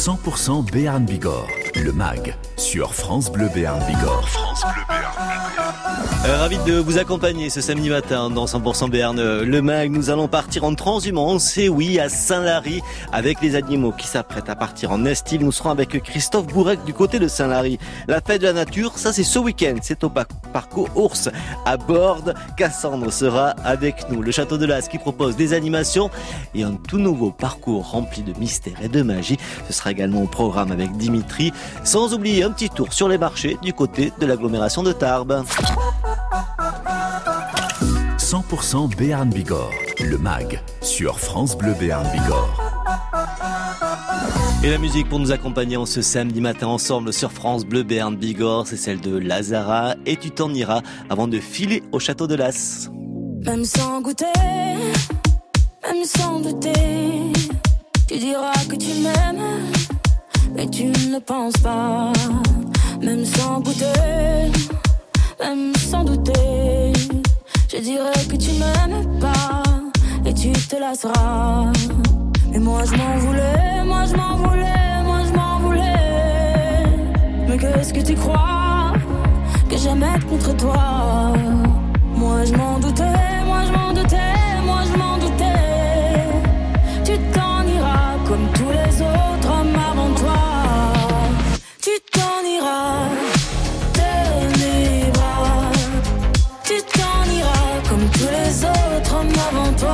100% Béarn Bigorre, le MAG, sur France Bleu Béarn Bigorre. France Bleu Béarn. Ravi de vous accompagner ce samedi matin dans 100% Béarn, le MAG. Nous allons partir en transhumance, et oui, à Saint-Lary, avec les animaux qui s'apprêtent à partir en estive. Nous serons avec Christophe Bourrec du côté de Saint-Lary. La fête de la nature, ça c'est ce week-end. C'est au parcours Ours à Bordes. Cassandre sera avec nous. Le Château de Las qui propose des animations et un tout nouveau parcours rempli de mystères et de magie. Ce sera également au programme avec Dimitri. Sans oublier un petit tour sur les marchés du côté de l'agglomération de Tarbes. 100% Béarn Bigorre, le MAG, sur France Bleu Béarn Bigorre. Et la musique pour nous accompagner en ce samedi matin ensemble sur France Bleu Béarn Bigorre, c'est celle de Lazara et Tu t'en iras avant de filer au Château de Las. Même sans goûter, même sans douter, tu diras que tu m'aimes, mais tu ne le penses pas. Même sans goûter, même sans douter, je dirais que tu m'aimes pas et tu te lasseras. Mais moi je m'en voulais, moi je m'en voulais, moi je m'en voulais. Mais qu'est-ce que tu crois que j'aime être contre toi? Moi je m'en doutais, moi je m'en doutais, moi je m'en doutais. Tu t'en iras comme tous les autres hommes avant toi. Tu t'en iras de mes bras. Tu t'en iras comme tous les autres hommes avant toi.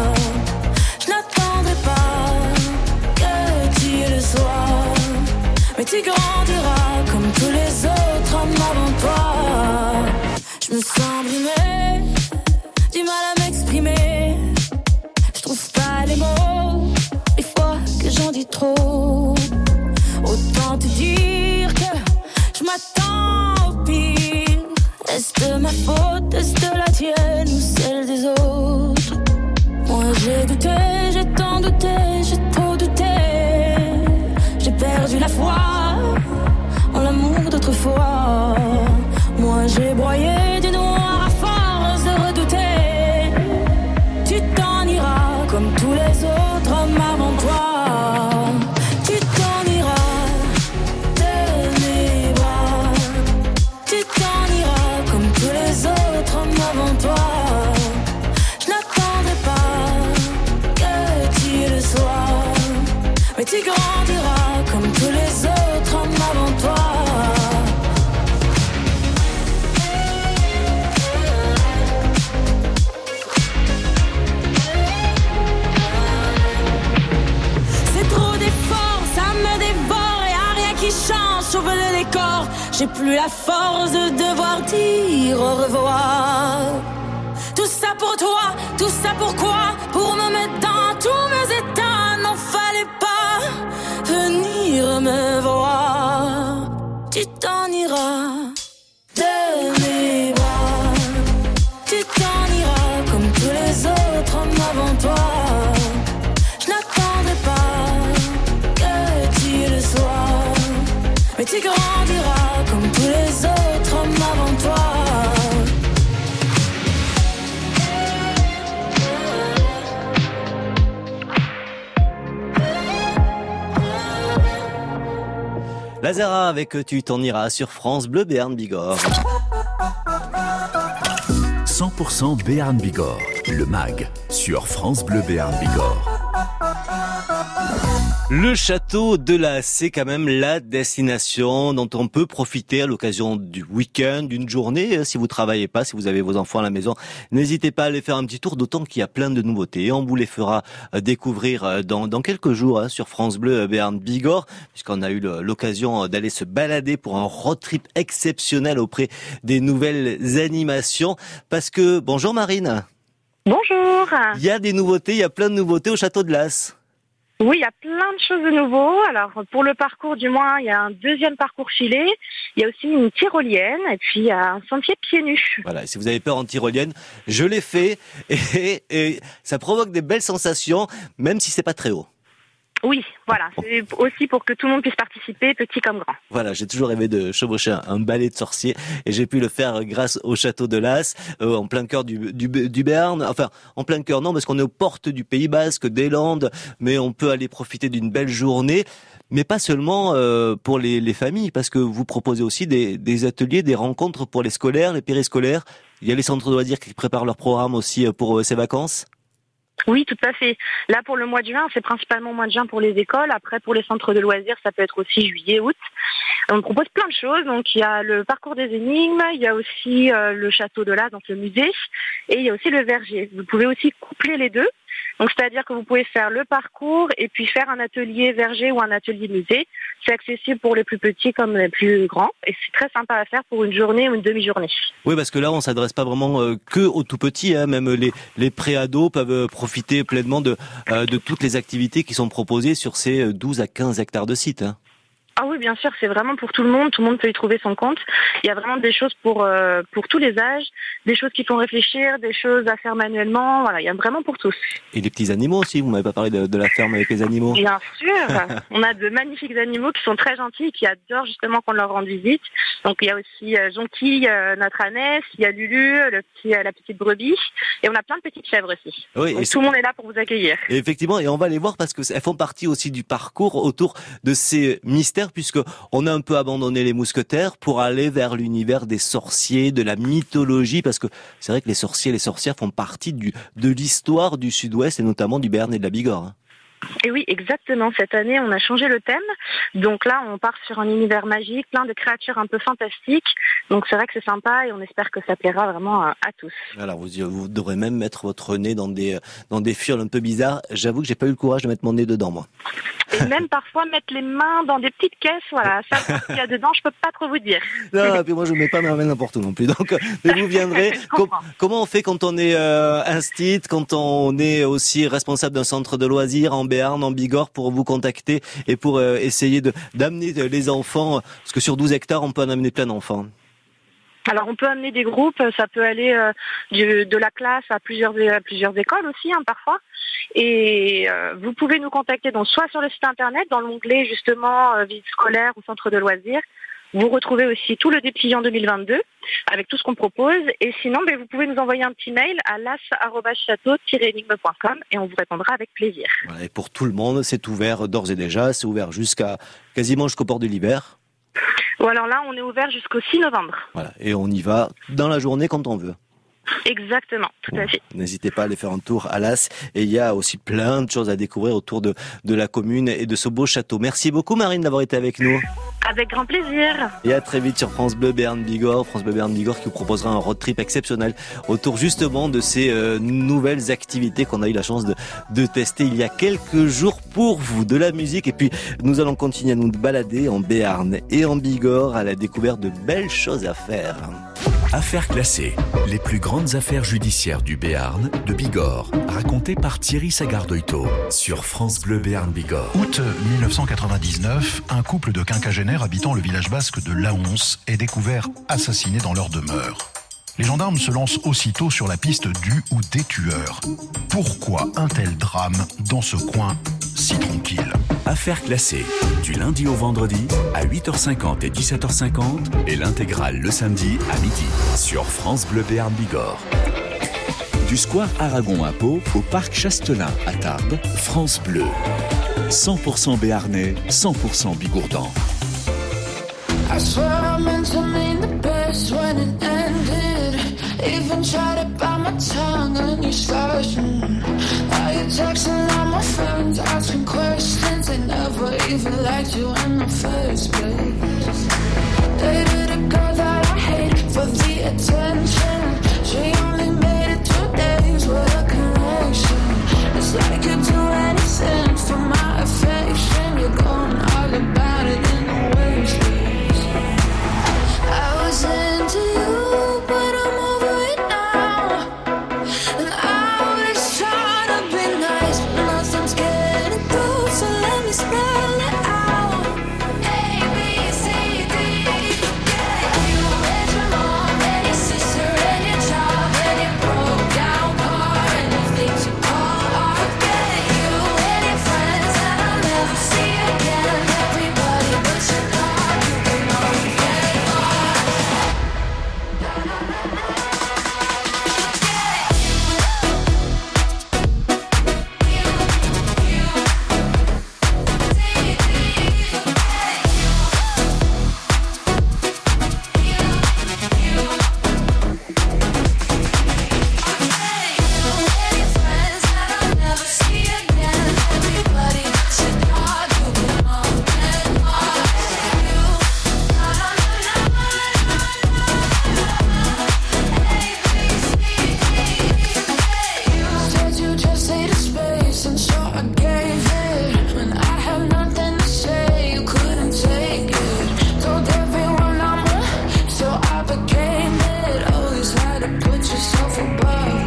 Je n'attendrai pas que tu le sois, mais tu grandiras comme tous les autres hommes avant toi. Je me sens brimée, du mal à m'exprimer. Je trouve pas les mots, des fois que j'en dis trop. Autant te dire que je m'attends au pire. Est-ce de ma faute, est-ce de la tienne ou celle des autres? Moi j'ai douté, j'ai tant douté, j'ai trop douté. J'ai perdu la foi en l'amour d'autrefois. Moi j'ai broyé du noir à force de redouter. Tu t'en iras comme tous les autres hommes avant toi. Tu t'en iras de mes bras. Tu t'en iras comme tous les autres hommes avant toi. Je n'attendrai pas que tu le sois, mais tu grandiras comme tous les autres hommes avant toi. Sauve le décor, j'ai plus la force de devoir dire au revoir. Tout ça pour toi, tout ça pourquoi? Pour me mettre dans tous mes états, n'en fallait pas venir me voir. Tu t'en iras de mes bras. Tu t'en iras comme tous les autres hommes avant toi. Je n'attendrai pas que tu le sois, mais tu grandiras comme tous les autres hommes avant toi. Lazara avec Tu t'en iras sur France Bleu Béarn Bigorre. 100% Béarn Bigorre, le MAG, sur France Bleu Béarn Bigorre. Le Château de Las, c'est quand même la destination dont on peut profiter à l'occasion du week-end, d'une journée. Si vous travaillez pas, si vous avez vos enfants à la maison, n'hésitez pas à aller faire un petit tour, d'autant qu'il y a plein de nouveautés. Et on vous les fera découvrir dans quelques jours sur France Bleu Béarn Bigorre, puisqu'on a eu l'occasion d'aller se balader pour un road trip exceptionnel auprès des nouvelles animations. Parce que, bonjour Marine. Bonjour. Il y a des nouveautés, il y a plein de nouveautés au Château de Las. Oui, il y a plein de choses de nouveau. Alors, pour le parcours, du moins, il y a un deuxième parcours filé. Il y a aussi une tyrolienne et puis il y a un sentier pieds nus. Voilà, si vous avez peur en tyrolienne, je l'ai fait et ça provoque des belles sensations, même si c'est pas très haut. Oui, voilà, c'est aussi pour que tout le monde puisse participer, petit comme grand. Voilà, j'ai toujours rêvé de chevaucher un balai de sorcier et j'ai pu le faire grâce au château de Las, en plein cœur du Béarn. Enfin, en plein cœur non, parce qu'on est aux portes du Pays Basque, des Landes, mais on peut aller profiter d'une belle journée. Mais pas seulement pour les familles, parce que vous proposez aussi des ateliers, des rencontres pour les scolaires, les périscolaires. Il y a les centres de loisirs qui préparent leur programme aussi pour ces vacances. Oui, tout à fait. Là, pour le mois de juin, c'est principalement mois de juin pour les écoles. Après, pour les centres de loisirs, ça peut être aussi juillet, août. On propose plein de choses. Donc, il y a le parcours des énigmes, il y a aussi le château de Las, donc le musée, et il y a aussi le verger. Vous pouvez aussi coupler les deux. Donc, c'est-à-dire que vous pouvez faire le parcours et puis faire un atelier verger ou un atelier musée. C'est accessible pour les plus petits comme les plus grands. Et c'est très sympa à faire pour une journée ou une demi-journée. Oui, parce que là, on s'adresse pas vraiment que aux tout petits. Hein. Même les pré-ados peuvent profiter pleinement de toutes les activités qui sont proposées sur ces 12 à 15 hectares de site. Hein. Ah oui, bien sûr, c'est vraiment pour tout le monde. Tout le monde peut y trouver son compte. Il y a vraiment des choses pour tous les âges, des choses qui font réfléchir, des choses à faire manuellement. Voilà, il y a vraiment pour tous. Et les petits animaux aussi. Vous m'avez pas parlé de la ferme avec les animaux. Bien sûr, on a de magnifiques animaux qui sont très gentils, qui adorent justement qu'on leur rende visite. Donc il y a aussi Jonquille, notre ânesse, il y a Lulu, la petite brebis, et on a plein de petites chèvres aussi. Oui, donc tout le monde est là pour vous accueillir. Et effectivement, et on va les voir parce que elles font partie aussi du parcours autour de ces mystères, puisque on a un peu abandonné les mousquetaires pour aller vers l'univers des sorciers, de la mythologie, parce que c'est vrai que les sorciers et les sorcières font partie de l'histoire du Sud-Ouest et notamment du Béarn et de la Bigorre. Hein. Et oui, exactement. Cette année, on a changé le thème. Donc là, on part sur un univers magique, plein de créatures un peu fantastiques. Donc c'est vrai que c'est sympa et on espère que ça plaira vraiment à tous. Alors vous devrez même mettre votre nez dans des fioles un peu bizarres. J'avoue que j'ai pas eu le courage de mettre mon nez dedans, moi. Et même parfois mettre les mains dans des petites caisses, voilà. Ça, ce qu'il y a dedans, je peux pas trop vous dire. Non, et puis moi je mets pas ma main n'importe où non plus. Donc, mais vous viendrez. Comment on fait quand on est instit, quand on est aussi responsable d'un centre de loisirs en Béarn, en Bigorre, pour vous contacter et pour essayer d'amener les enfants, parce que sur 12 hectares, on peut en amener plein d'enfants. Alors on peut amener des groupes, ça peut aller de la classe à plusieurs écoles aussi, hein, parfois. Et vous pouvez nous contacter donc soit sur le site internet, dans l'onglet justement visite scolaire ou centre de loisirs. Vous retrouvez aussi tout le dépliant 2022 avec tout ce qu'on propose. Et sinon, vous pouvez nous envoyer un petit mail à las@château-énigme.com et on vous répondra avec plaisir. Voilà, et pour tout le monde, c'est ouvert d'ores et déjà. C'est ouvert quasiment jusqu'au port de l'hiver. Ou alors là, on est ouvert jusqu'au 6 novembre. Voilà, et on y va dans la journée quand on veut. Exactement, tout à fait. N'hésitez pas à aller faire un tour à Las. Et il y a aussi plein de choses à découvrir autour de la commune et de ce beau château. Merci beaucoup Marine d'avoir été avec nous. Avec grand plaisir. Et à très vite sur France Bleu Béarn Bigorre. France Bleu Béarn Bigorre qui vous proposera un road trip exceptionnel autour justement de ces nouvelles activités qu'on a eu la chance de tester il y a quelques jours pour vous. De la musique et puis nous allons continuer à nous balader en Béarn et en Bigorre à la découverte de belles choses à faire. Affaires classées, les plus grandes affaires judiciaires du Béarn, de Bigorre, racontées par Thierry Sagardoito sur France Bleu Béarn Bigorre. Août 1999, un couple de quinquagénaires habitant le village basque de Laonce est découvert assassiné dans leur demeure. Les gendarmes se lancent aussitôt sur la piste du ou des tueurs. Pourquoi un tel drame dans ce coin si tranquille ? Affaires classées, du lundi au vendredi à 8h50 et 17h50 et l'intégrale le samedi à midi sur France Bleu Béarn Bigorre. Du square Aragon à Pau au parc Chastelin à Tarbes, France Bleu. 100% béarnais, 100% bigourdan. I swear I meant to mean the best when it ended. Even tried to bite my tongue and you started. Now you're texting all my friends, asking questions. They never even liked you in the first place. Dated a girl that I hate for the attention. She only made it 2 days with a connection. It's like you'd do anything for my affection. You're going all about it in the worst ways. I was into you, but I'm over it now. And I was trying to be nice, but nothing's getting through. So let me spell it out. gave it when I had nothing to say. You couldn't take it. Told everyone I'm a, so I became it. Always had to put yourself above.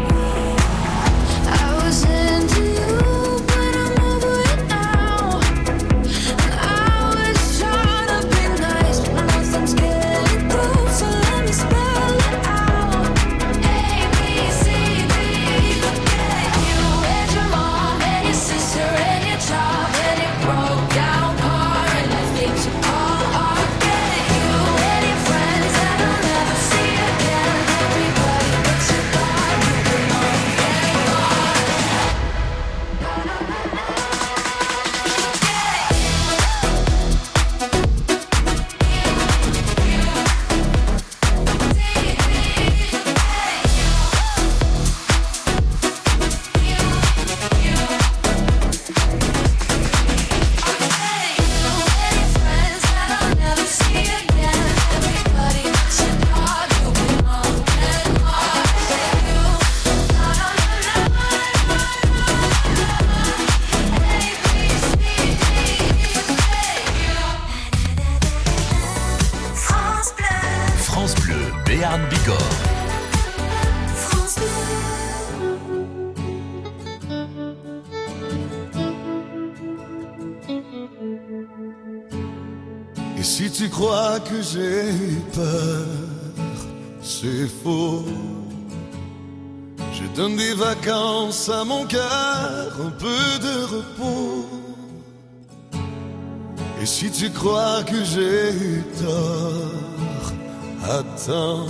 I was into you, but I'm over it now. And I was trying to be nice, but nothing's getting through. So let me spell it out. A, B, C, D. You and your mom and your sister and your job and your broke down car and the things you call art. You and your friends that I'll never see again. Everybody but your God, you belong. France Bleu, Béarn Bigorre. Et si tu crois que j'ai peur, c'est faux. Je donne des vacances à mon cœur, un peu de repos. Et si tu crois que j'ai tort, attends.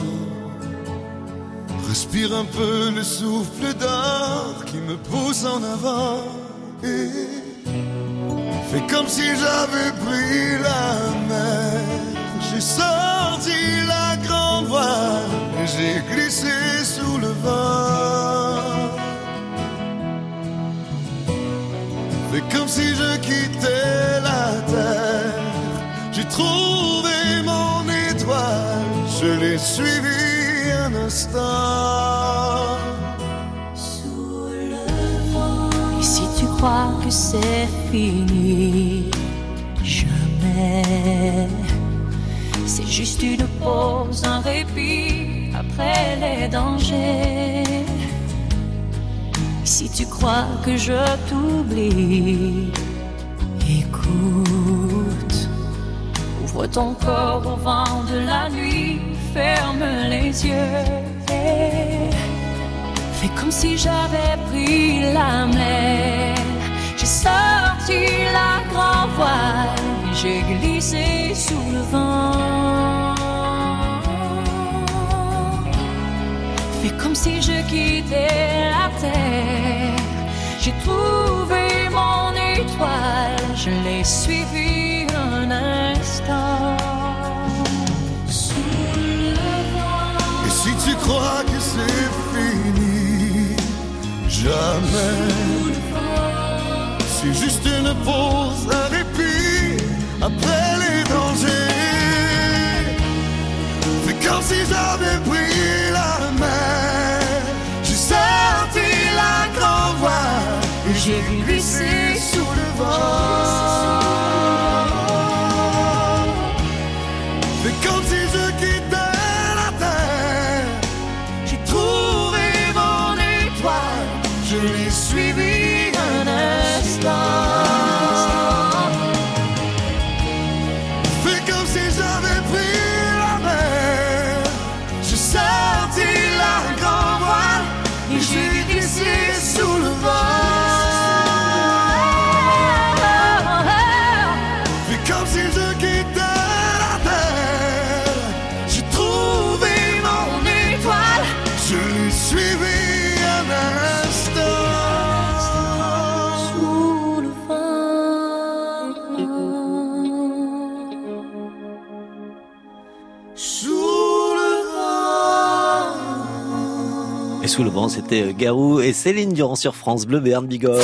Respire un peu le souffle d'or qui me pousse en avant. Et fais comme si j'avais pris la mer. J'ai sorti la grande voile et j'ai glissé sous le vent. Fais comme si je quittais la terre. J'ai trouvé mon étoile, je l'ai suivi un instant. Sous le vent. Et si tu crois que c'est fini, jamais. C'est juste une pause, un répit après les dangers. Si tu crois que je t'oublie, écoute. Ouvre ton corps au vent de la nuit, ferme les yeux. Fais comme si j'avais pris la mer. J'ai sorti la grande voile, j'ai glissé sous le vent. Fais comme si je quittais la terre. J'ai trouvé mon étoile, je l'ai suivi un instant. Sous le vent. Et si tu crois que c'est fini, jamais. C'est juste une pause, un répit après les dangers. Fais comme si j'avais pris la mer. J'ai sorti la grande voile et j'ai glissé sous le vent. Fais comme si je quittais la terre. J'ai trouvé mon étoile, je l'ai suivi un instant. Fais comme si j'avais pris la mer. J'ai sorti la grande voile et j'ai glissé sous le vent. Fais comme si je quittais la terre. J'ai trouvé mon étoile, je l'ai suivi un instant. Sous le vent. Sous le vent. Et sous le vent, c'était Garou et Céline Durand sur France Bleu Béarn Bigorre.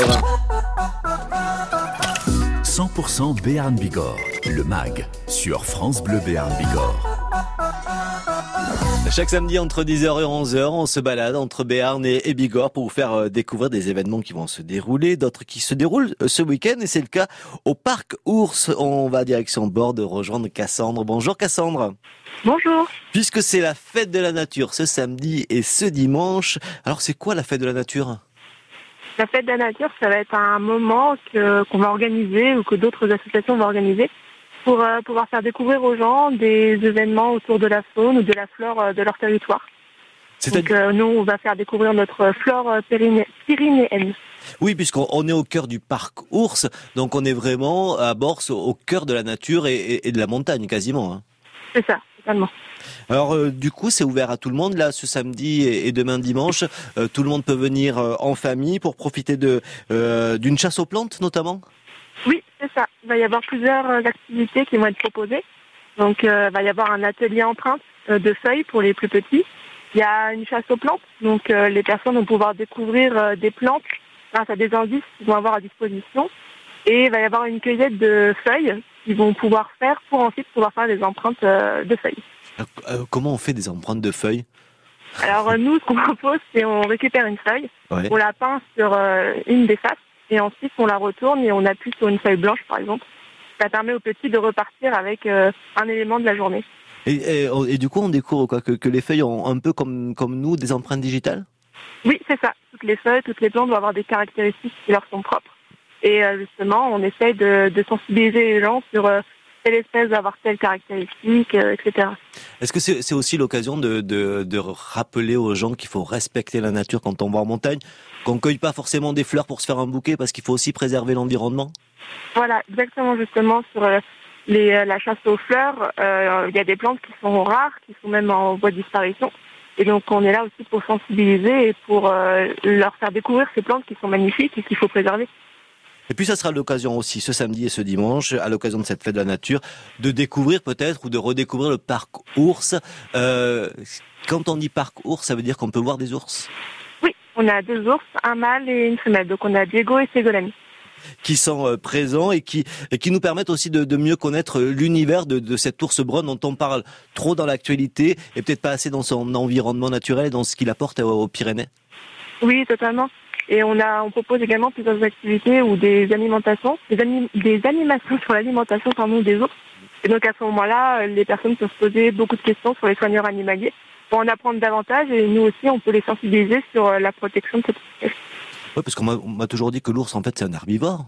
100% Béarn Bigorre, le MAG, sur France Bleu Béarn Bigorre. Chaque samedi entre 10h et 11h, on se balade entre Béarn et Bigorre pour vous faire découvrir des événements qui vont se dérouler, d'autres qui se déroulent ce week-end. Et c'est le cas au Parc Ours. On va direction Bordes rejoindre Cassandre. Bonjour Cassandre. Bonjour. Puisque c'est la fête de la nature ce samedi et ce dimanche, alors c'est quoi la fête de la nature ? La fête de la nature, ça va être un moment qu'on va organiser ou que d'autres associations vont organiser pour pouvoir faire découvrir aux gens des événements autour de la faune ou de la flore de leur territoire. Donc nous, on va faire découvrir notre flore pyrénéenne. Oui, puisqu'on est au cœur du Parc Ours, donc on est vraiment à Bords, au cœur de la nature et de la montagne quasiment. Hein. C'est ça, totalement. Alors du coup, c'est ouvert à tout le monde là ce samedi et demain dimanche. Tout le monde peut venir en famille pour profiter d'une chasse aux plantes notamment. Oui, c'est ça. Il va y avoir plusieurs activités qui vont être proposées. Donc, il va y avoir un atelier empreinte de feuilles pour les plus petits. Il y a une chasse aux plantes. Donc, les personnes vont pouvoir découvrir des plantes grâce à des indices qu'ils vont avoir à disposition. Et il va y avoir une cueillette de feuilles qu'ils vont pouvoir faire pour ensuite pouvoir faire des empreintes de feuilles. Comment on fait des empreintes de feuilles ? Alors, nous, ce qu'on propose, c'est on récupère une feuille, ouais. On la peint sur une des faces. Et ensuite, on la retourne et on appuie sur une feuille blanche, par exemple. Ça permet aux petits de repartir avec un élément de la journée. Et du coup, on découvre quoi que les feuilles ont un peu comme nous des empreintes digitales ? Oui, c'est ça. Toutes les feuilles, toutes les plantes doivent avoir des caractéristiques qui leur sont propres. Et justement, on essaye de sensibiliser les gens sur telle espèce va avoir telle caractéristique, etc. Est-ce que c'est aussi l'occasion de rappeler aux gens qu'il faut respecter la nature quand on va en montagne, qu'on ne cueille pas forcément des fleurs pour se faire un bouquet parce qu'il faut aussi préserver l'environnement ? Voilà, exactement, justement, sur la chasse aux fleurs, il y a des plantes qui sont rares, qui sont même en voie de disparition. Et donc, on est là aussi pour sensibiliser et pour leur faire découvrir ces plantes qui sont magnifiques et qu'il faut préserver. Et puis ça sera l'occasion aussi, ce samedi et ce dimanche, à l'occasion de cette fête de la nature, de découvrir peut-être ou de redécouvrir le Parc Ours. Quand on dit Parc Ours, ça veut dire qu'on peut voir des ours ? Oui, on a 2 ours, un mâle et une femelle. Donc on a Diego et Ségolène. Qui sont présents et qui nous permettent aussi de mieux connaître l'univers de cet ours brun dont on parle trop dans l'actualité et peut-être pas assez dans son environnement naturel et dans ce qu'il apporte aux Pyrénées. Oui, totalement. Et on propose également plusieurs activités ou des animations sur l'alimentation des ours. Et donc à ce moment-là, les personnes peuvent poser beaucoup de questions sur les soigneurs animaliers pour en apprendre davantage et nous aussi, on peut les sensibiliser sur la protection de cette espèce. Oui, parce qu'on m'a toujours dit que l'ours, en fait, c'est un herbivore.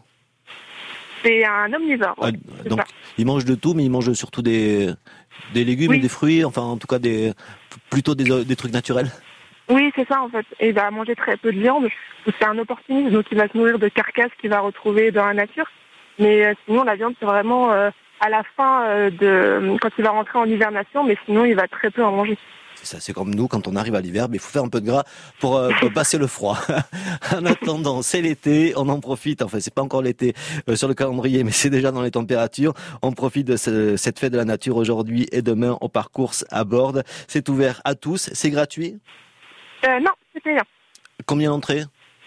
C'est un omnivore. Ouais, donc, il mange de tout, mais il mange surtout des légumes et des fruits, enfin, en tout cas, plutôt des trucs naturels. Oui, c'est ça, en fait. Et il va manger très peu de viande. C'est un opportuniste, donc il va se nourrir de carcasses qu'il va retrouver dans la nature. Mais sinon, la viande, c'est vraiment à la fin quand il va rentrer en hibernation, mais sinon, il va très peu en manger. C'est ça, c'est comme nous, quand on arrive à l'hiver, mais il faut faire un peu de gras pour passer le froid. En attendant, c'est l'été, on en profite, enfin c'est pas encore l'été sur le calendrier, mais c'est déjà dans les températures. On profite de cette fête de la nature aujourd'hui et demain au Parc Ours à Bordes. C'est ouvert à tous, c'est gratuit ? Non, c'est payant. Combien d'entrées ?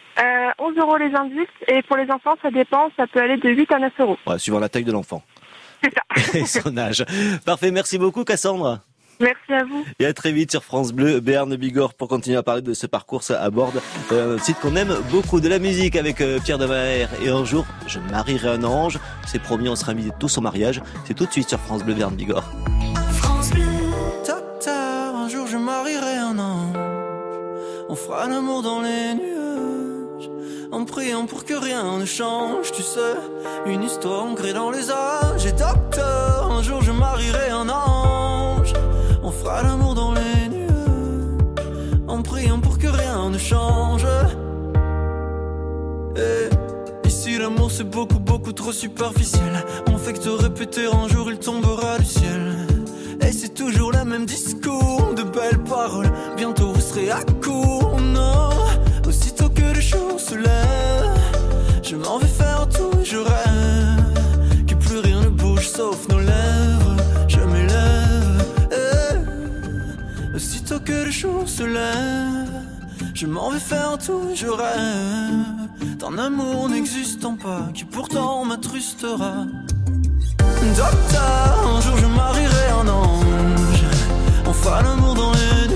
11 € les adultes, et pour les enfants, ça dépend, ça peut aller de 8 à 9 €. Ouais, suivant la taille de l'enfant. C'est ça. Et son âge. Parfait, merci beaucoup Cassandre. Merci à vous. Et à très vite sur France Bleu, Béarn Bigorre pour continuer à parler de ce parcours à Bordes. Site qu'on aime beaucoup, de la musique avec Pierre de Maher. Et un jour, je marierai un ange. C'est promis, on sera invités tous au mariage. C'est tout de suite sur France Bleu, Béarn Bigorre. France Bleu. Tard, un jour je marierai un ange. On fera l'amour dans les nuages, en priant pour que rien ne change. Tu sais, une histoire ancrée dans les âges. Et docteur, un jour je marierai un ange. On fera l'amour dans les nuages, en priant pour que rien ne change. Et ici l'amour c'est beaucoup, beaucoup trop superficiel. On fait que te répéter un jour il tombera du ciel. Et c'est toujours le même discours, de belles paroles. Bientôt vous serez à court, non. Aussitôt que le jour se lève, je m'en vais faire tout et je rêve que plus rien ne bouge sauf nos lèvres. Je m'élève, aussitôt que le jour se lève, je m'en vais faire tout et je rêve d'un amour n'existant pas qui pourtant m'attrustera. Docteur, un jour je marierai un ange. On fera l'amour dans les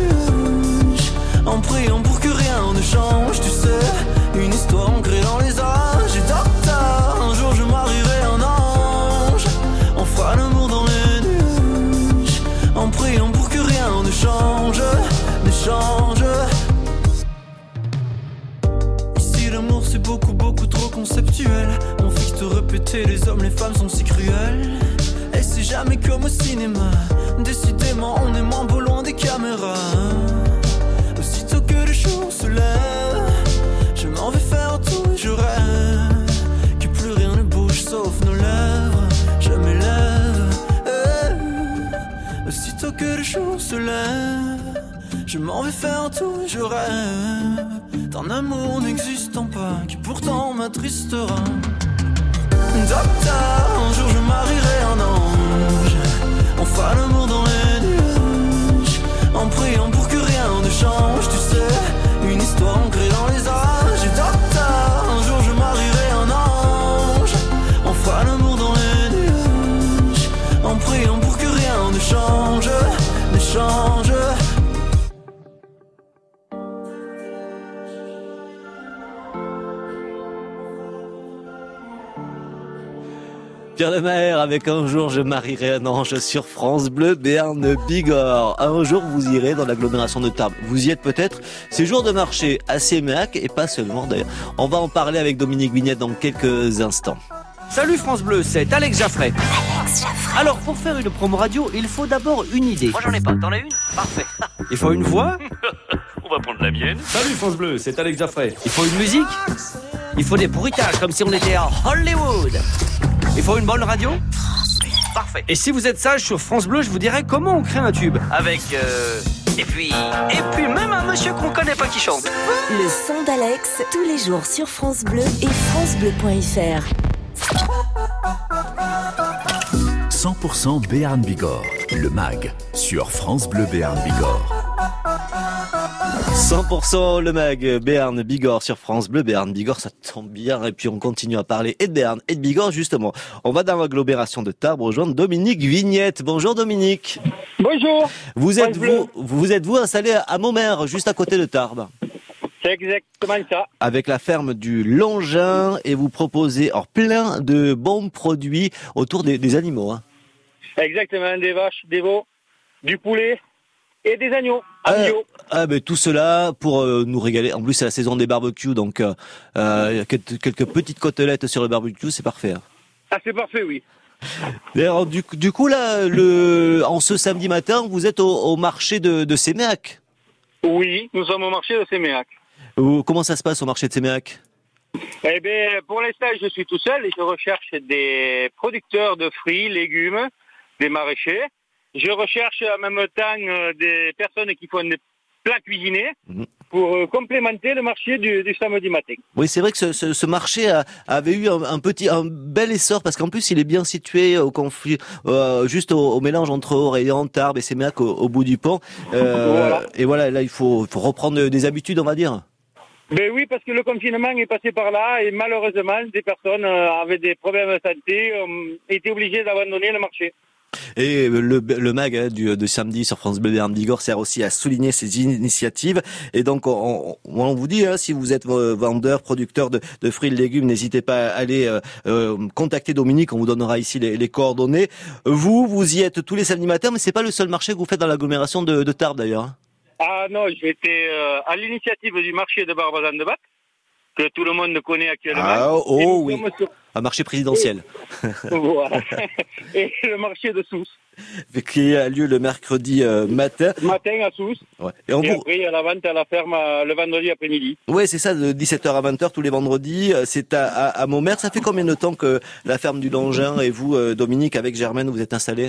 côté, les hommes, les femmes sont si cruels. Et c'est jamais comme au cinéma. Décidément, on est moins beau loin des caméras. Aussitôt que le jour se lève, je m'en vais faire tout et je rêve que plus rien ne bouge sauf nos lèvres. Je m'élève. Aussitôt que le jour se lève, je m'en vais faire tout et je rêve d'un amour n'existant pas qui pourtant m'attristera. Docteur, un jour je marierai un ange. On fera l'amour dans les nuages, en priant pour que rien ne change. Tu sais, une histoire ancrée dans les âges. Et docteur, un jour je marierai un ange. On fera l'amour dans les nuages, en priant pour que rien ne change, ne change. Pierre Lemaire avec Un jour je marierai un ange sur France Bleu Béarn Bigorre. Un jour vous irez dans l'agglomération de Tarbes. Vous y êtes peut-être. C'est jour de marché à Séméac et pas seulement d'ailleurs. On va en parler avec Dominique Vignette dans quelques instants. Salut France Bleu, c'est Alex Jaffray. Alors pour faire une promo radio, il faut d'abord une idée. Moi j'en ai pas, t'en as une? Parfait. Il faut une voix. On va prendre la mienne. Salut France Bleu, c'est Alex Jaffray. Il faut une musique. Il faut des bruitages comme si on était à Hollywood. Il faut une bonne radio. Parfait. Et si vous êtes sage sur France Bleu, je vous dirai comment on crée un tube. Avec et puis même un monsieur qu'on connaît pas qui chante. Le son d'Alex, tous les jours sur France Bleu et francebleu.fr. 100% Béarn Bigorre, le MAG, sur France Bleu Béarn Bigorre. 100% le MAG, Béarn Bigorre sur France Bleu Béarn Bigorre, ça tombe bien. Et puis on continue à parler et de Béarn et de Bigorre justement. On va dans l'agglomération de Tarbes rejoindre Dominique Vignette. Bonjour Dominique. Bonjour. Vous êtes installé à Maumère, juste à côté de Tarbes. C'est exactement ça. Avec la ferme du Longin et vous proposez plein de bons produits autour des animaux. Hein. Exactement, des vaches, des veaux, du poulet et des agneaux. Ben tout cela pour nous régaler. En plus c'est la saison des barbecues, donc quelques petites côtelettes sur le barbecue, c'est parfait. Hein. Ah c'est parfait, oui. D'ailleurs, du coup là, en ce samedi matin, vous êtes au marché de Séméac. Oui, nous sommes au marché de Séméac. Comment ça se passe au marché de Séméac? Eh bien, pour l'instant, je suis tout seul et je recherche des producteurs de fruits, légumes, des maraîchers. Je recherche en même temps des personnes qui font des plats cuisinés pour complémenter le marché du samedi matin. Oui, c'est vrai que ce marché avait eu un bel essor parce qu'en plus il est bien situé au conflit, juste au mélange entre Orléans, Tarbes et Séméac au bout du pont. Voilà. Et voilà, là il faut reprendre des habitudes, on va dire. Ben oui, parce que le confinement est passé par là et malheureusement des personnes avec des problèmes de santé ont été obligées d'abandonner le marché. Et le MAG de samedi sur France Bleu Béarn Bigorre sert aussi à souligner ces initiatives. Et donc on vous dit, si vous êtes vendeur, producteur de fruits et de légumes, n'hésitez pas à aller contacter Dominique, on vous donnera ici les coordonnées. Vous y êtes tous les samedis matins, mais c'est pas le seul marché que vous faites dans l'agglomération de Tarbes d'ailleurs. Ah non, j'étais à l'initiative du marché de Barbazan-de-Bac, que tout le monde connaît actuellement. Ah, oui, un marché présidentiel. Voilà. Et le marché de Sousse. Qui a lieu le mercredi matin. Matin à Sousse. Ouais. Et après, il y a la vente à la ferme le vendredi après-midi. Oui, c'est ça, de 17h à 20h tous les vendredis. C'est à Maumère. Ça fait combien de temps que la ferme du Longin et vous, Dominique, avec Germaine, vous êtes installés?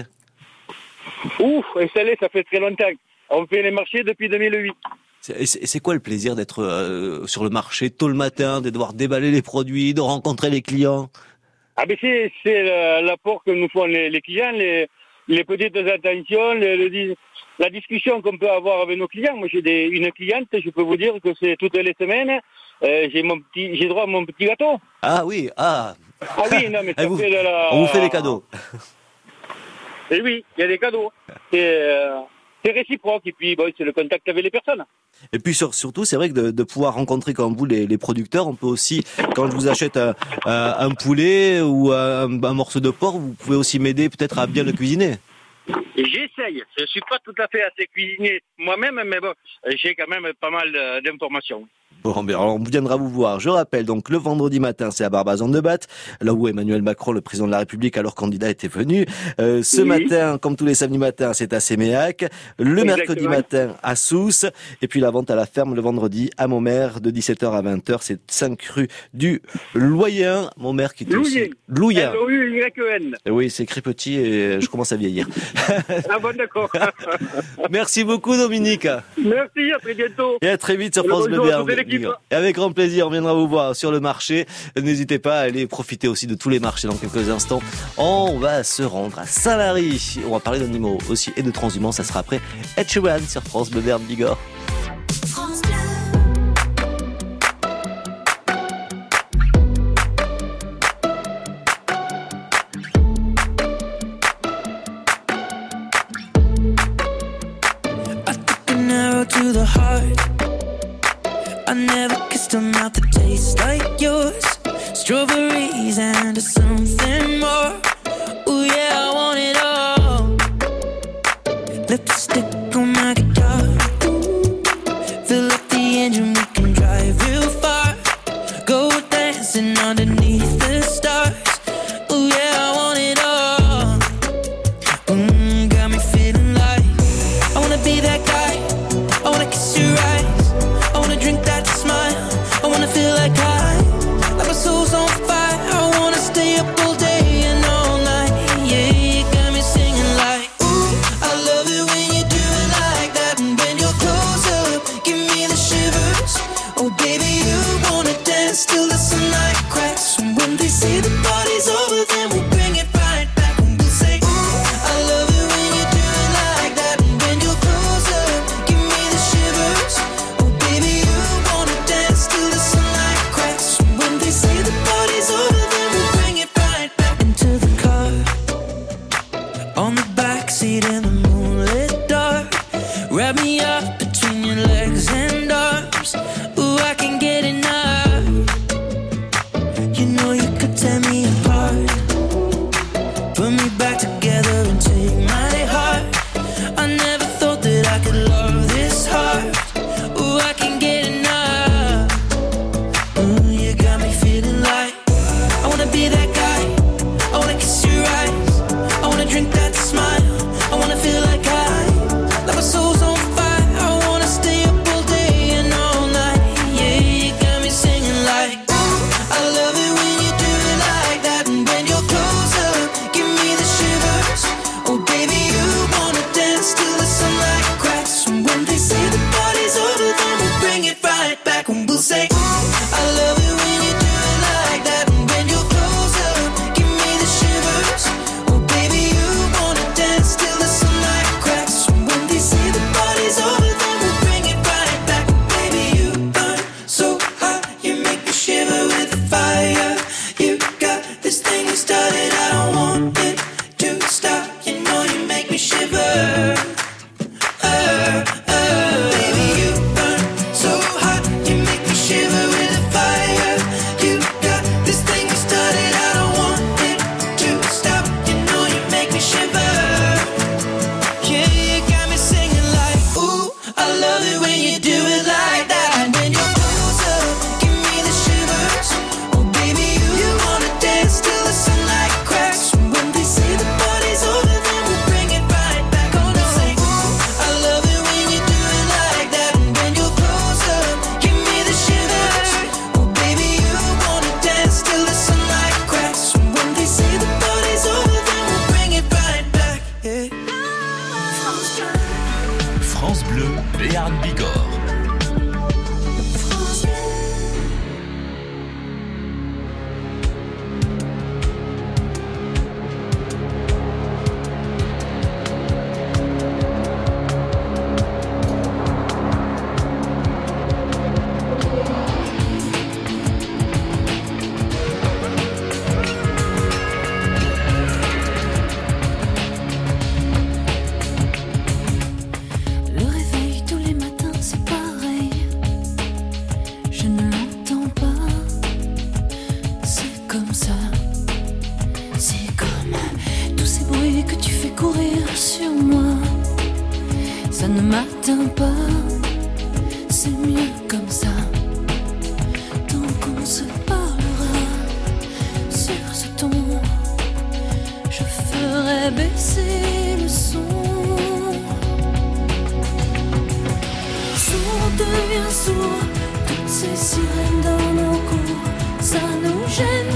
Installés, ça fait très longtemps. On fait les marchés depuis 2008. C'est quoi le plaisir d'être sur le marché tôt le matin, de devoir déballer les produits, de rencontrer les clients? Ah ben c'est l'apport que nous font les clients, les petites attentions, la discussion qu'on peut avoir avec nos clients. Moi j'ai une cliente, je peux vous dire que c'est toutes les semaines, j'ai droit à mon petit gâteau. Ah oui, Ah oui, non mais ça on vous fait des cadeaux. Et oui, il y a des cadeaux. C'est réciproque et puis c'est le contact avec les personnes. Et puis surtout, c'est vrai que de pouvoir rencontrer comme vous les producteurs, on peut aussi, quand je vous achète un poulet ou un morceau de porc, vous pouvez aussi m'aider peut-être à bien le cuisiner. J'essaye. Je suis pas tout à fait assez cuisinier moi-même, mais bon, j'ai quand même pas mal d'informations. Bon, ben, alors on viendra vous voir. Je rappelle donc le vendredi matin, c'est à Barbazan-de-Batte, là où Emmanuel Macron, le président de la République, alors candidat, était venu. Ce matin, comme tous les samedis matins, c'est à Séméac. Le mercredi matin à Sousse. Et puis la vente à la ferme le vendredi à Montmère de 17h à 20h. C'est 5 rue du Loyen. Montmère qui est aussi... Louyen. L-O-U-Y-E-N. Oui, c'est écrit petit et je commence à vieillir. Ah bon, d'accord. Merci beaucoup, Dominique. Merci, à très bientôt. Et à très vite sur France Bleu Béarn. Et avec grand plaisir, on viendra vous voir sur le marché. N'hésitez pas à aller profiter aussi de tous les marchés dans quelques instants. On va se rendre à Saint-Lary. On va parler d'animaux aussi et de transhumance. Ça sera après Ed Sheeran sur France Bleu Béarn Bigorre. France Bleu. To the heart, I never kissed a mouth that tastes like yours. Strawberries and something more. Ooh yeah, I want it all. Lipstick on my guitar. Fill up the engine, we can drive real far. Go dancing underneath the stars. Ooh yeah, I want it all. Got me feeling like I wanna be that guy. I wanna kiss your eyes, I wanna drink that smile, I wanna feel like my soul's on fire, I wanna stay up all day and all night, yeah, you got me singing like, ooh, I love it when you do it like that, and when you're close up, give me the shivers, oh baby, you wanna dance till the sunlight cracks, and when they say the party's over, then we'll bring it right back, and we'll say, ooh, I love it when you do it like that, and when you're close up, give me the shivers, oh baby, you wanna dance till the sunlight cracks, and when they say the party's over, then we'll bring it right back into the car. On the backseat in the moonlit dark, wrap me up between your legs and arms. Ooh, I can get enough. You know you could tear me apart, put me back together and take my heart. I never thought that I could love this hard. Ooh, I can get enough. Ooh, you got me feeling like I wanna be that guy, I wanna kiss your eyes, I wanna drink that smile, I wanna feel like my soul's on fire, I wanna stay up all day and all night, yeah, you got me singing like, ooh, I love it when you do it like that, and when you're close up, give me the shivers, oh baby, you wanna dance till the sunlight cracks, and when they say the party's over, then we'll bring it right back, and we'll say, ooh, I love it when you do it like that, and when you're close up, give me the shivers, oh baby, you wanna dance till the sunlight cracks, and when they say the party's over, then we'll bring it right back, baby, you burn so hot, you make me shiver with the fire, you got this thing you started, I don't want it to stop, you know you make me shiver. Baby, you burn so hot, you make me shiver with the fire. You got this thing you started, I don't want it to stop. You know you make me shiver. Yeah, you got me singing like, ooh, I love it when you do it like that. And when you're close up, give me the shivers. Oh baby, you wanna dance till the sunlight cracks. And when they say the party's over, then we'll bring it right back. Oh no, say, ooh, I love it when you do it like that. And when you're close up, give me the shivers. Oh baby, you wanna dance till the sunlight cracks. And when they say the party's over, then we'll bring it right back. Yeah. France Bleu Béarn Bigorre. Le réveil tous les matins c'est pareil, je ne l'entends pas, c'est comme ça, c'est comme tous ces bruits que tu fais courir sur moi, ça ne m'atteint pas, c'est mieux comme ça. qu'on se parlera sur ce ton. Je ferai baisser le son. Sourd devient sourd, toutes ces sirènes dans nos cours, ça nous gêne.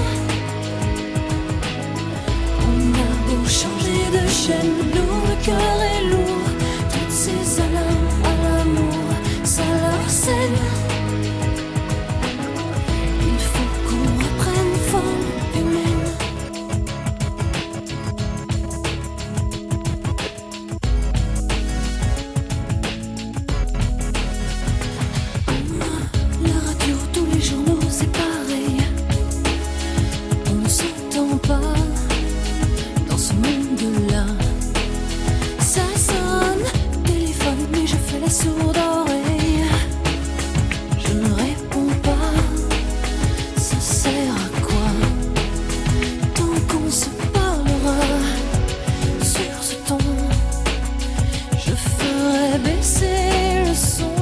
On a beau changer de chaîne, nous le cœur est lourd, toutes ces alarmes à l'amour, ça leur scène. Il faut qu'on reprenne forme humaine. La radio, tous les journaux, c'est pareil. On ne s'entend pas dans ce monde-là. Ça sonne, téléphone, mais je fais la sourde oreille. Je ne réponds pas, ça sert à quoi? Tant qu'on se parlera sur ce ton, je ferai baisser le son.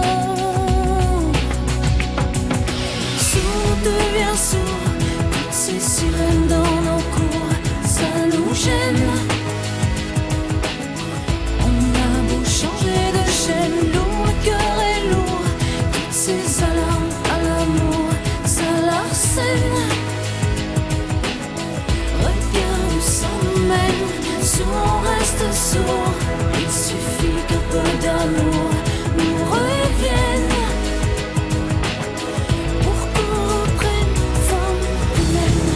Sourd devient sourd, toutes ces sirènes dans nos cours, ça nous gêne. On a beau changer de chaîne, lourd, le cœur est lourd, toutes ces alarmes à l'amour, ça l'arsène. Regarde où ça nous mène, sourd on reste sourd, il suffit qu'un peu d'amour nous revienne pour qu'on reprenne forme humaine.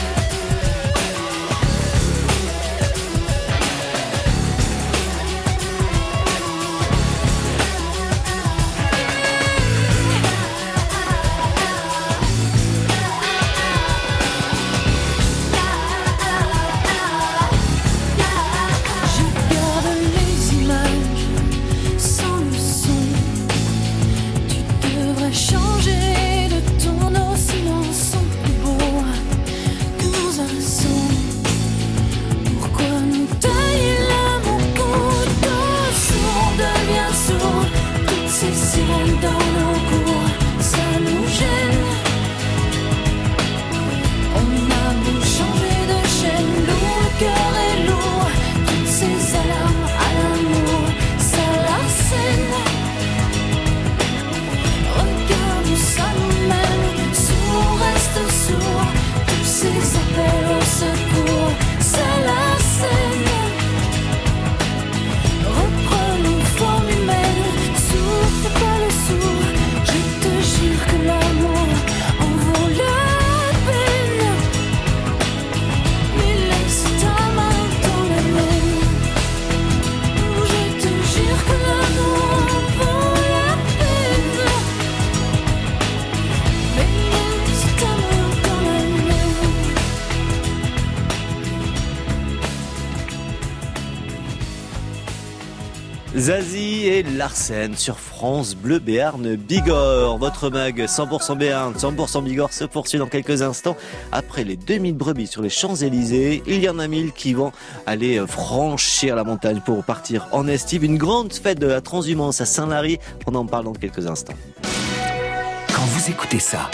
Je garde les images sans le son. Tu devrais changer de ton, nos silences sont plus beaux que nos accents. Pourquoi nous tailler là, mon couteau? Sourd devient sourd, toutes ces sirènes dans nos cours, ça nous gêne. On a beau changer de chaîne, lourd, le cœur est lourd, toutes ces alarmes à l'amour, ça l'arsène. Regarde où ça nous mène, sourd on reste sourd, tous ces appels au secours, ça l'arsène. Reprenons forme humaine, sourd, fais pas le sourd, je te jure que l'amour en vaut la peine. Mais laisse ta main dans la mienne, je te jure que l'amour en vaut la peine. Mais laisse ta main dans la mienne. Zazie et Larsen sur France Bleu Béarn Bigorre. Votre mag 100% Béarn, 100% Bigorre se poursuit dans quelques instants. Après les 2000 brebis sur les Champs-Élysées, il y en a 1000 qui vont aller franchir la montagne pour partir en estive. Une grande fête de la transhumance à Saint-Lary. On en parle dans quelques instants. Quand vous écoutez ça,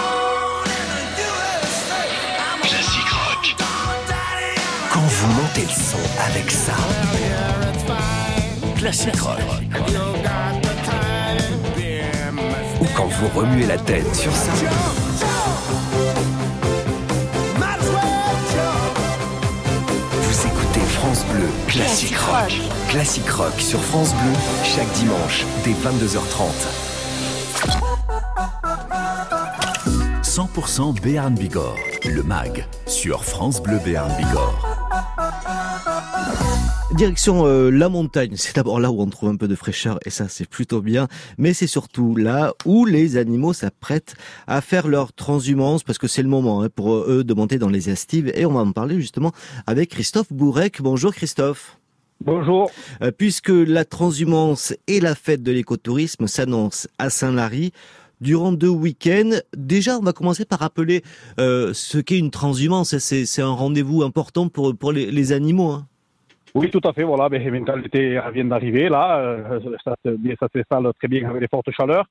classique rock. Quand vous montez le son avec ça, classique rock. Ou quand vous remuez la tête sur ça, vous écoutez France Bleu Classique Rock. Classique Rock sur France Bleu, chaque dimanche dès 22h30. 100% Béarn Bigorre, le MAG, sur France Bleu Béarn Bigorre. Direction la montagne, c'est d'abord là où on trouve un peu de fraîcheur et ça c'est plutôt bien, mais c'est surtout là où les animaux s'apprêtent à faire leur transhumance parce que c'est le moment pour eux de monter dans les estives et on va en parler justement avec Christophe Bourrec. Bonjour Christophe. Bonjour. Puisque la transhumance et la fête de l'écotourisme s'annoncent à Saint-Lary durant 2 week-ends. Déjà, on va commencer par rappeler ce qu'est une transhumance. C'est un rendez-vous important pour les animaux. Hein. Oui, tout à fait. Voilà, mais maintenant l'été vient d'arriver. Là, ça s'installe très bien avec les fortes chaleurs.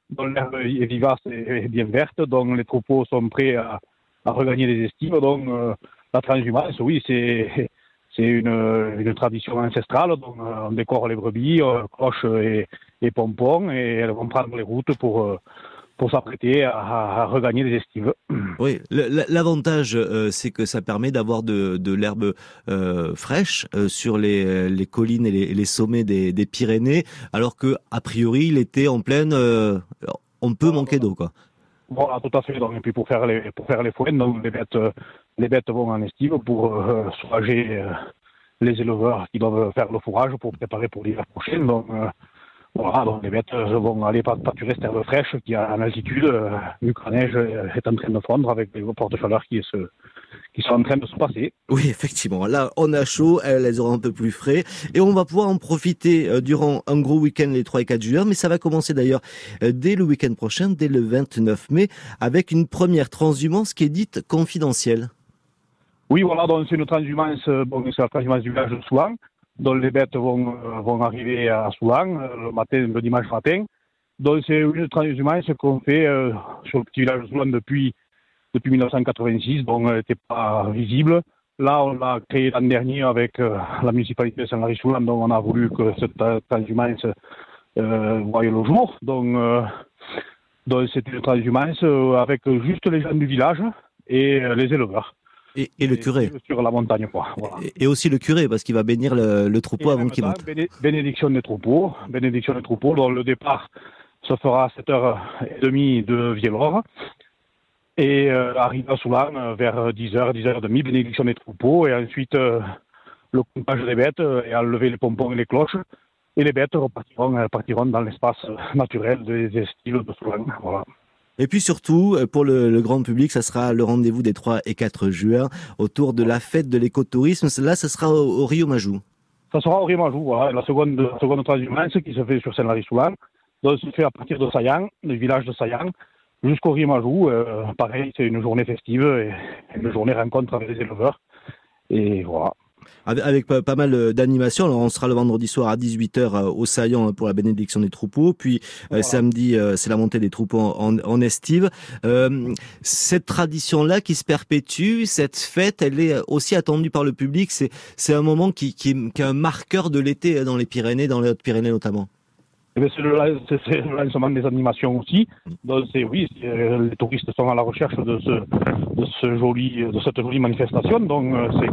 dont l'herbe est vivace et bien verte, dont les troupeaux sont prêts à regagner les estives. Donc la transhumance, oui, c'est une tradition ancestrale. Donc on décore les brebis, cloches et pompons, et elles vont prendre les routes pour s'apprêter à regagner les estives. Oui, l'avantage, c'est que ça permet d'avoir de l'herbe fraîche sur les collines et les sommets des Pyrénées, alors que a priori l'été en pleine, on peut manquer d'eau, quoi. Voilà, tout à fait. Donc, et puis pour faire les foins, donc les bêtes vont en estive pour soulager les éleveurs qui doivent faire le fourrage pour préparer pour l'hiver prochain. Donc voilà, donc les bêtes vont aller pâturer cette herbe fraîche qui est en altitude, vu que la neige est en train de fondre avec les porte-chaleurs qui sont en train de se passer. Oui, effectivement. Là, on a chaud, elles auront un peu plus frais. Et on va pouvoir en profiter durant un gros week-end les 3 et 4 juin. Mais ça va commencer d'ailleurs dès le week-end prochain, dès le 29 mai, avec une première transhumance qui est dite confidentielle. Oui, voilà, donc c'est une transhumance, c'est la transhumance du village de Soulan, dont les bêtes vont arriver à Soulan le dimanche matin. Donc c'est une transhumance qu'on fait sur le petit village de Soulan depuis 1986, donc elle n'était pas visible. Là, on l'a créé l'an dernier avec la municipalité de Saint-Lary-Soulan, donc on a voulu que cette transhumance voie le jour. Donc c'est une transhumance avec juste les gens du village et les éleveurs. Et le curé. Sur la montagne, quoi. Voilà. Et aussi le curé, parce qu'il va bénir le troupeau avant qu'il monte. Bénédiction des troupeaux. Donc le départ se fera à 7h30 de Vielor. Et arrive à Soulan vers 10h, 10h30, bénédiction des troupeaux. Et ensuite, le comptage des bêtes et enlever les pompons et les cloches. Et les bêtes partiront dans l'espace naturel des estives de Soulan. Voilà. Et puis surtout, pour le grand public, ça sera le rendez-vous des 3 et 4 juin autour de la fête de l'écotourisme. Là, ça sera au Rio Majou. Ça sera au Rio Majou, voilà. La seconde transhumance qui se fait sur Saint-Lary-Soulan. Donc, se fait à partir de Saillant, du village de Saillant, jusqu'au Rio Majou. Pareil, c'est une journée festive et une journée rencontre avec les éleveurs. Et voilà. Avec pas mal d'animations. Alors, on sera le vendredi soir à 18h au Saillant pour la bénédiction des troupeaux. Puis voilà. Samedi, c'est la montée des troupeaux en estive. Cette tradition-là qui se perpétue, cette fête, elle est aussi attendue par le public. C'est un moment qui est un marqueur de l'été dans les Pyrénées, dans les Hautes-Pyrénées notamment. C'est le lancement des animations aussi. Donc les touristes sont à la recherche de cette jolie manifestation. Donc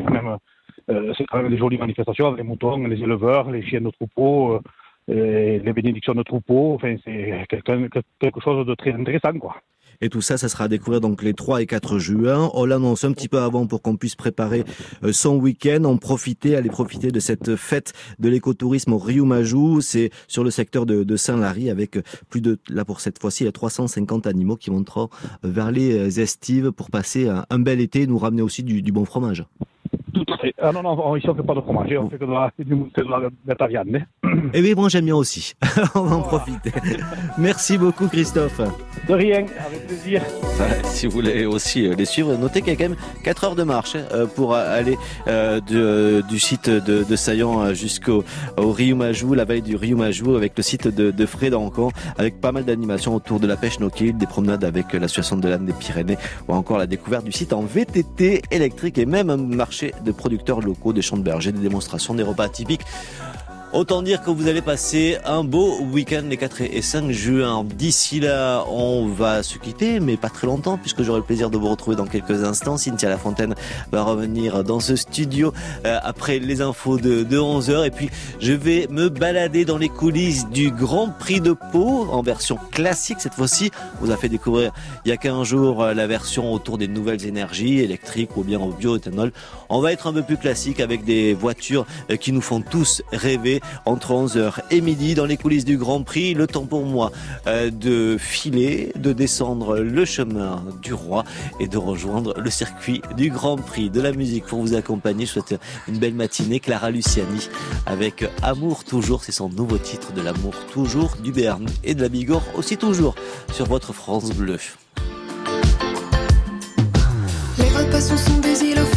c'est quand même des jolies manifestations avec les moutons, les éleveurs, les chiens de troupeau, les bénédictions de troupeau. Enfin, c'est quelque chose de très intéressant, quoi. Et tout ça, ça sera à découvrir donc les 3 et 4 juin. On l'annonce un petit peu avant pour qu'on puisse préparer son week-end, aller profiter de cette fête de l'écotourisme au Rio Majou. C'est sur le secteur de Saint-Lary avec là pour cette fois-ci, 350 animaux qui monteront vers les estives pour passer un bel été et nous ramener aussi du bon fromage. Tout à fait. Ah non, ici on ne fait pas de fromage, on fait que de la viande. Eh bien, moi j'aime bien aussi. On va en profiter. Merci beaucoup Christophe. De rien, avec plaisir. Si vous voulez aussi les suivre, notez qu'il y a quand même 4 heures de marche pour aller du site de Saillant jusqu'au Rio Majou, la vallée du Rio Majou, avec le site de Frédancan, avec pas mal d'animations autour de la pêche no-kill, des promenades avec l'association de l'âne des Pyrénées, ou encore la découverte du site en VTT électrique et même un marché de producteurs locaux, des champs de bergers, des démonstrations, des repas typiques. Autant dire que vous allez passer un beau week-end les 4 et 5 juin. D'ici là, on va se quitter, mais pas très longtemps, puisque j'aurai le plaisir de vous retrouver dans quelques instants. Cynthia Lafontaine va revenir dans ce studio après les infos de 11h. Et puis, je vais me balader dans les coulisses du Grand Prix de Pau, en version classique cette fois-ci. On vous a fait découvrir il y a 15 jours la version autour des nouvelles énergies, électriques ou bien au bioéthanol. On va être un peu plus classique avec des voitures qui nous font tous rêver. Entre 11h et midi dans les coulisses du Grand Prix, le temps pour moi de filer, de descendre le chemin du Roi et de rejoindre le circuit du Grand Prix de la musique pour vous accompagner. Je souhaite une belle matinée. Clara Luciani avec Amour toujours, c'est son nouveau titre, de l'amour toujours, du Béarn et de la Bigorre aussi toujours sur votre France Bleu. Les repas sont des îles.